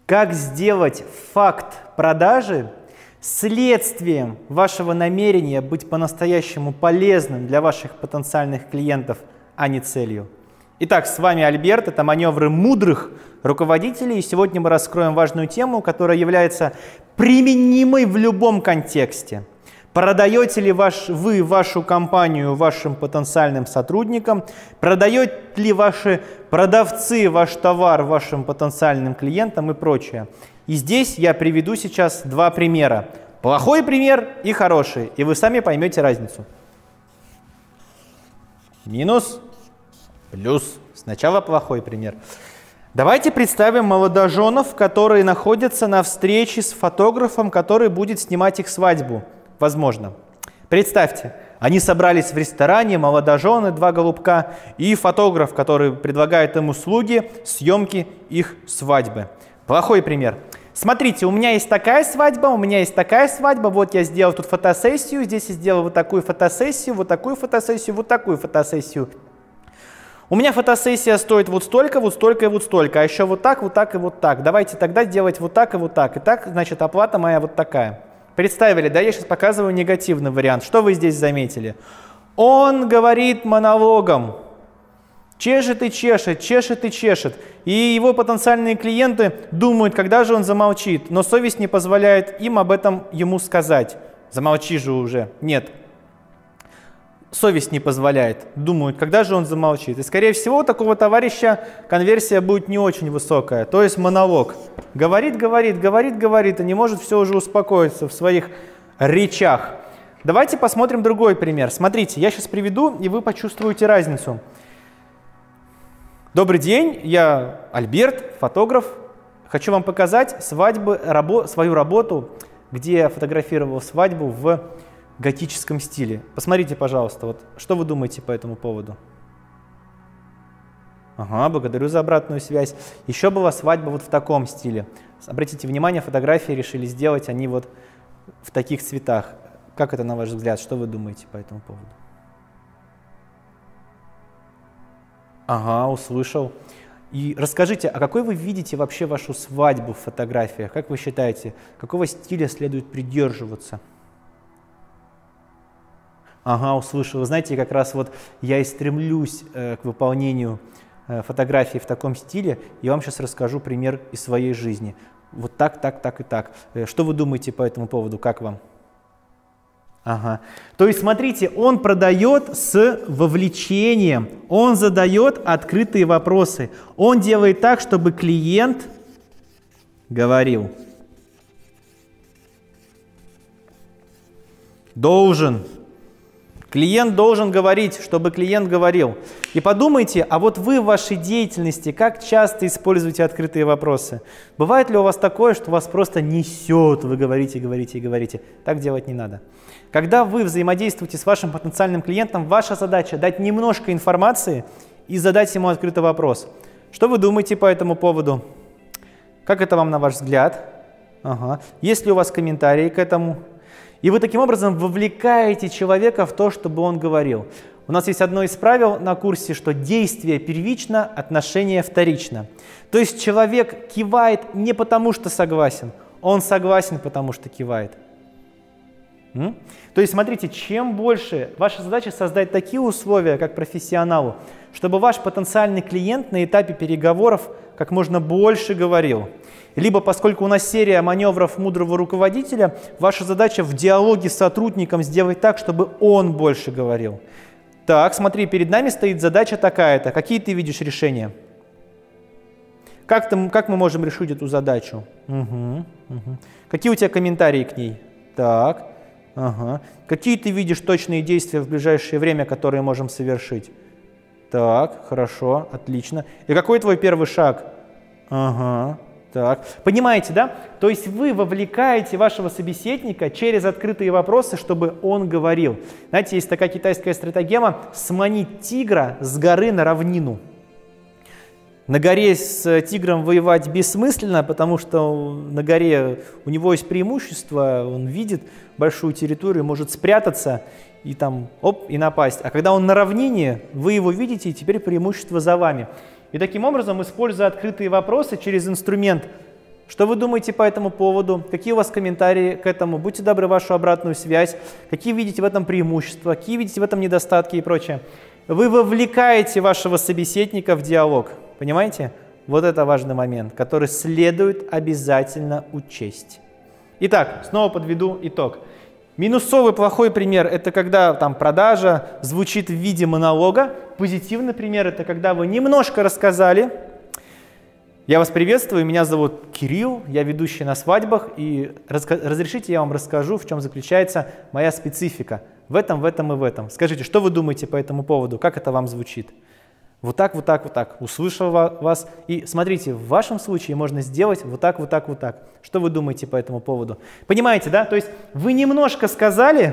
Как сделать факт продажи следствием вашего намерения быть по-настоящему полезным для ваших потенциальных клиентов, а не целью. Итак, с вами Альберт, это маневры мудрых руководителей, и сегодня мы раскроем важную тему, которая является применимой в любом контексте. Продаете ли вы вашу компанию вашим потенциальным сотрудникам? Продают ли ваши продавцы ваш товар вашим потенциальным клиентам и прочее? И здесь я приведу сейчас два примера. Плохой пример и хороший, и вы сами поймете разницу. Минус, плюс. Сначала плохой пример. Давайте представим молодоженов, которые находятся на встрече с фотографом, который будет снимать их свадьбу. Возможно. Представьте, они собрались в ресторане, молодожены, два голубка, и фотограф, который предлагает им услуги съемки их свадьбы. Плохой пример. Смотрите, у меня есть такая свадьба, у меня есть такая свадьба, вот я сделал тут фотосессию, здесь я сделал вот такую фотосессию, вот такую фотосессию, вот такую фотосессию. У меня фотосессия стоит вот столько, вот столько и вот столько, а еще вот так и вот так. Давайте тогда делать вот так и вот так. И так, значит, оплата моя вот такая. Представили, да? Я сейчас показываю негативный вариант. Что вы здесь заметили? Он говорит монологом. Чешет и чешет, чешет и чешет. И его потенциальные клиенты думают, когда же он замолчит. Но совесть не позволяет им об этом ему сказать. Замолчи же уже. Нет. Совесть не позволяет. Думают, когда же он замолчит. И, скорее всего, у такого товарища конверсия будет не очень высокая. То есть монолог. Говорит, говорит, говорит, говорит, и не может все уже успокоиться в своих речах. Давайте посмотрим другой пример. Смотрите, я сейчас приведу, и вы почувствуете разницу. Добрый день, я Альберт, фотограф. Хочу вам показать свою работу, где я фотографировал свадьбу в готическом стиле. Посмотрите, пожалуйста, вот что вы думаете по этому поводу? Ага, благодарю за обратную связь. Еще была свадьба вот в таком стиле. Обратите внимание, фотографии решили сделать они вот в таких цветах. Как это, на ваш взгляд? Что вы думаете по этому поводу? Ага, услышал. И расскажите, а какой вы видите вообще вашу свадьбу в фотографиях? Как вы считаете, какого стиля следует придерживаться? Ага, услышал. Вы знаете, как раз вот я и стремлюсь к выполнению фотографий в таком стиле, и вам сейчас расскажу пример из своей жизни. Вот так, так, так и так. Что вы думаете по этому поводу? Как вам? Ага. То есть, смотрите, он продает с вовлечением, он задает открытые вопросы, он делает так, чтобы клиент говорил. Клиент должен говорить, чтобы клиент говорил. И подумайте, а вот вы в вашей деятельности как часто используете открытые вопросы? Бывает ли у вас такое, что вас просто несет, вы говорите, говорите и говорите? Так делать не надо. Когда вы взаимодействуете с вашим потенциальным клиентом, ваша задача дать немножко информации и задать ему открытый вопрос. Что вы думаете по этому поводу? Как это вам на ваш взгляд? Ага. Есть ли у вас комментарии к этому? И вы таким образом вовлекаете человека в то, чтобы он говорил. У нас есть одно из правил на курсе, что действие первично, отношение вторично. То есть человек кивает не потому, что согласен, он согласен, потому что кивает. То есть, смотрите, чем больше, ваша задача создать такие условия, как профессионалу, чтобы ваш потенциальный клиент на этапе переговоров как можно больше говорил. Либо, поскольку у нас серия маневров мудрого руководителя, ваша задача в диалоге с сотрудником сделать так, чтобы он больше говорил. Так, смотри, перед нами стоит задача такая-то. Какие ты видишь решения? Как мы можем решить эту задачу? Какие у тебя комментарии к ней? Так, ага. Какие ты видишь точные действия в ближайшее время, которые можем совершить? Так, хорошо, отлично. И какой твой первый шаг? Ага. Так. Понимаете, да? То есть вы вовлекаете вашего собеседника через открытые вопросы, чтобы он говорил. Знаете, есть такая китайская стратегема «сманить тигра с горы на равнину». На горе с тигром воевать бессмысленно, потому что на горе у него есть преимущество, он видит большую территорию, может спрятаться и там оп, и напасть. А когда он на равнине, вы его видите, и теперь преимущество за вами. И таким образом, используя открытые вопросы через инструмент Что вы думаете по этому поводу? Какие у вас комментарии к этому? Будьте добры, вашу обратную связь. Какие видите в этом преимущества? Какие видите в этом недостатки и прочее? Вы вовлекаете вашего собеседника в диалог. Понимаете? Вот это важный момент, который следует обязательно учесть. Итак, снова подведу итог. Минусовый плохой пример – это когда там продажа звучит в виде монолога. Позитивный пример – это когда вы немножко рассказали. Я вас приветствую, меня зовут Кирилл, я ведущий на свадьбах, и разрешите, я вам расскажу, в чем заключается моя специфика. В этом и в этом. Скажите, что вы думаете по этому поводу, как это вам звучит? Вот так, вот так, вот так. Услышал вас. И смотрите, в вашем случае можно сделать вот так, вот так, вот так. Что вы думаете по этому поводу? Понимаете, да? То есть вы немножко сказали,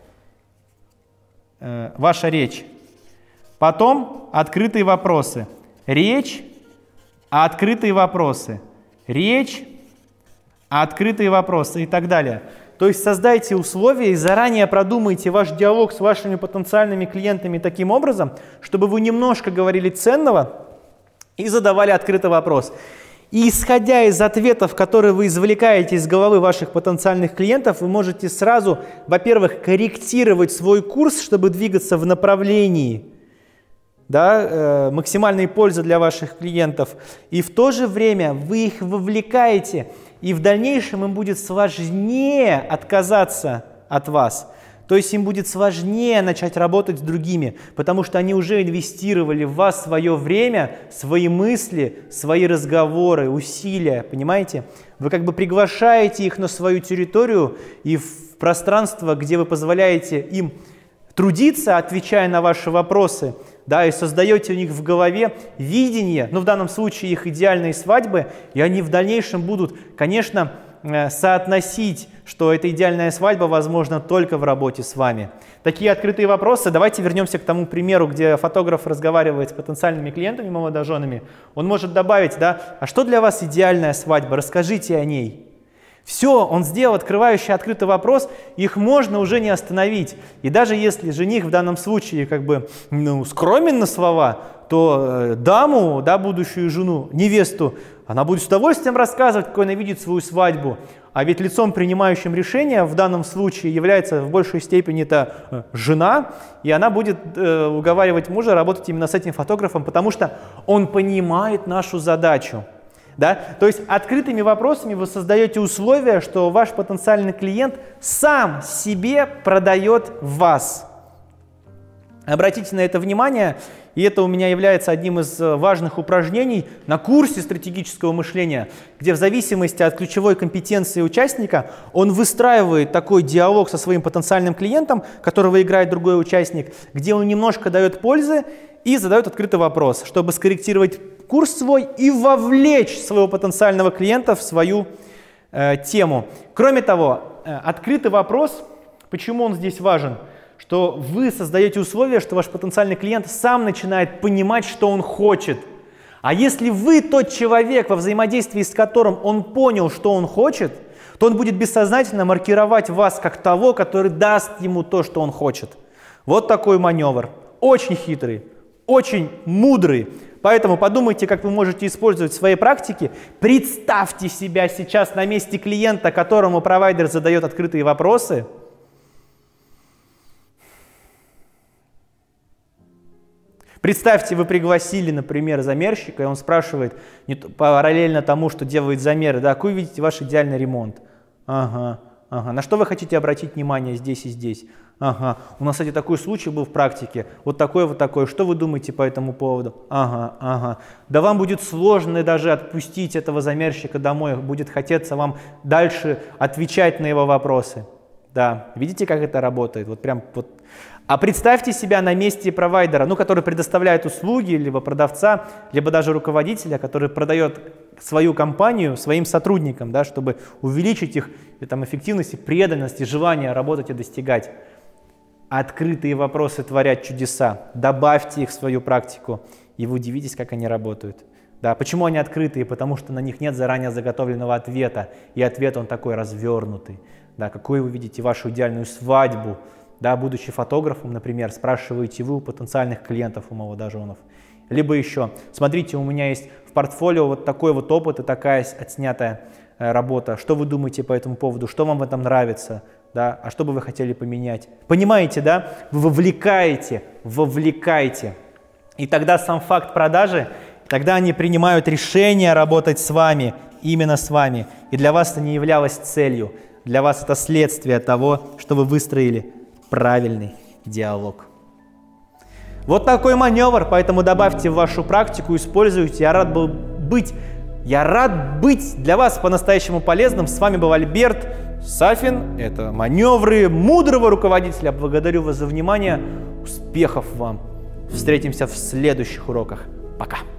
ваша речь, потом открытые вопросы. Речь, открытые вопросы. Речь, открытые вопросы и так далее. То есть создайте условия и заранее продумайте ваш диалог с вашими потенциальными клиентами таким образом, чтобы вы немножко говорили ценного и задавали открытый вопрос. И исходя из ответов, которые вы извлекаете из головы ваших потенциальных клиентов, вы можете сразу, во-первых, корректировать свой курс, чтобы двигаться в направлении максимальной пользы для ваших клиентов. И в то же время вы их вовлекаете, и в дальнейшем им будет сложнее отказаться от вас. То есть им будет сложнее начать работать с другими, потому что они уже инвестировали в вас свое время, свои мысли, свои разговоры, усилия, понимаете? Вы как бы приглашаете их на свою территорию и в пространство, где вы позволяете им трудиться, отвечая на ваши вопросы, да, и создаете у них в голове видение, в данном случае их идеальной свадьбы, и они в дальнейшем будут, конечно, соотносить, что эта идеальная свадьба возможна только в работе с вами. Такие открытые вопросы. Давайте вернемся к тому примеру, где фотограф разговаривает с потенциальными клиентами, молодоженами. Он может добавить, а что для вас идеальная свадьба? Расскажите о ней. Все, он сделал открывающий открытый вопрос, их можно уже не остановить. И даже если жених в данном случае скромен на слова, то даму, будущую жену, невесту, она будет с удовольствием рассказывать, какой она видит свою свадьбу. А ведь лицом, принимающим решение, в данном случае является в большей степени это жена, и она будет уговаривать мужа работать именно с этим фотографом, потому что он понимает нашу задачу. То есть открытыми вопросами вы создаете условия, что ваш потенциальный клиент сам себе продает вас. Обратите на это внимание, и это у меня является одним из важных упражнений на курсе стратегического мышления, где в зависимости от ключевой компетенции участника он выстраивает такой диалог со своим потенциальным клиентом, которого играет другой участник, где он немножко дает пользы и задает открытый вопрос, чтобы скорректировать курс свой и вовлечь своего потенциального клиента в свою тему. Кроме того, открытый вопрос, почему он здесь важен? Что вы создаете условия, что ваш потенциальный клиент сам начинает понимать, что он хочет. А если вы тот человек, во взаимодействии с которым он понял, что он хочет, то он будет бессознательно маркировать вас как того, который даст ему то, что он хочет. Вот такой маневр. Очень хитрый, очень мудрый. Поэтому подумайте, как вы можете использовать в своей практике. Представьте себя сейчас на месте клиента, которому провайдер задает открытые вопросы. Представьте, вы пригласили, например, замерщика, и он спрашивает, параллельно тому, что делает замеры, какой видите ваш идеальный ремонт? Ага. На что вы хотите обратить внимание здесь и здесь? Ага. У нас, кстати, такой случай был в практике. Вот такой. Что вы думаете по этому поводу? Ага. Да вам будет сложно даже отпустить этого замерщика домой. Будет хотеться вам дальше отвечать на его вопросы. Да. Видите, как это работает? А представьте себя на месте провайдера, который предоставляет услуги, либо продавца, либо даже руководителя, который продает свою компанию своим сотрудникам, чтобы увеличить их эффективность, преданность и желание работать и достигать. Открытые вопросы творят чудеса. Добавьте их в свою практику, и вы удивитесь, как они работают. Почему они открытые? Потому что на них нет заранее заготовленного ответа, и ответ он такой развернутый. Какой вы видите вашу идеальную свадьбу? Будучи фотографом, например, спрашиваете вы у потенциальных клиентов, у молодоженов. Либо еще, смотрите, у меня есть в портфолио вот такой вот опыт и такая отснятая работа. Что вы думаете по этому поводу? Что вам в этом нравится? Да? А что бы вы хотели поменять? Понимаете, да? Вы вовлекаете. И тогда сам факт продажи, тогда они принимают решение работать с вами, именно с вами. И для вас это не являлось целью. Для вас это следствие того, что вы выстроили правильный диалог. Вот такой маневр, поэтому добавьте в вашу практику, используйте. Я рад быть для вас по-настоящему полезным. С вами был Альберт Сафин. Это маневры мудрого руководителя. Благодарю вас за внимание. Успехов вам. Встретимся в следующих уроках. Пока.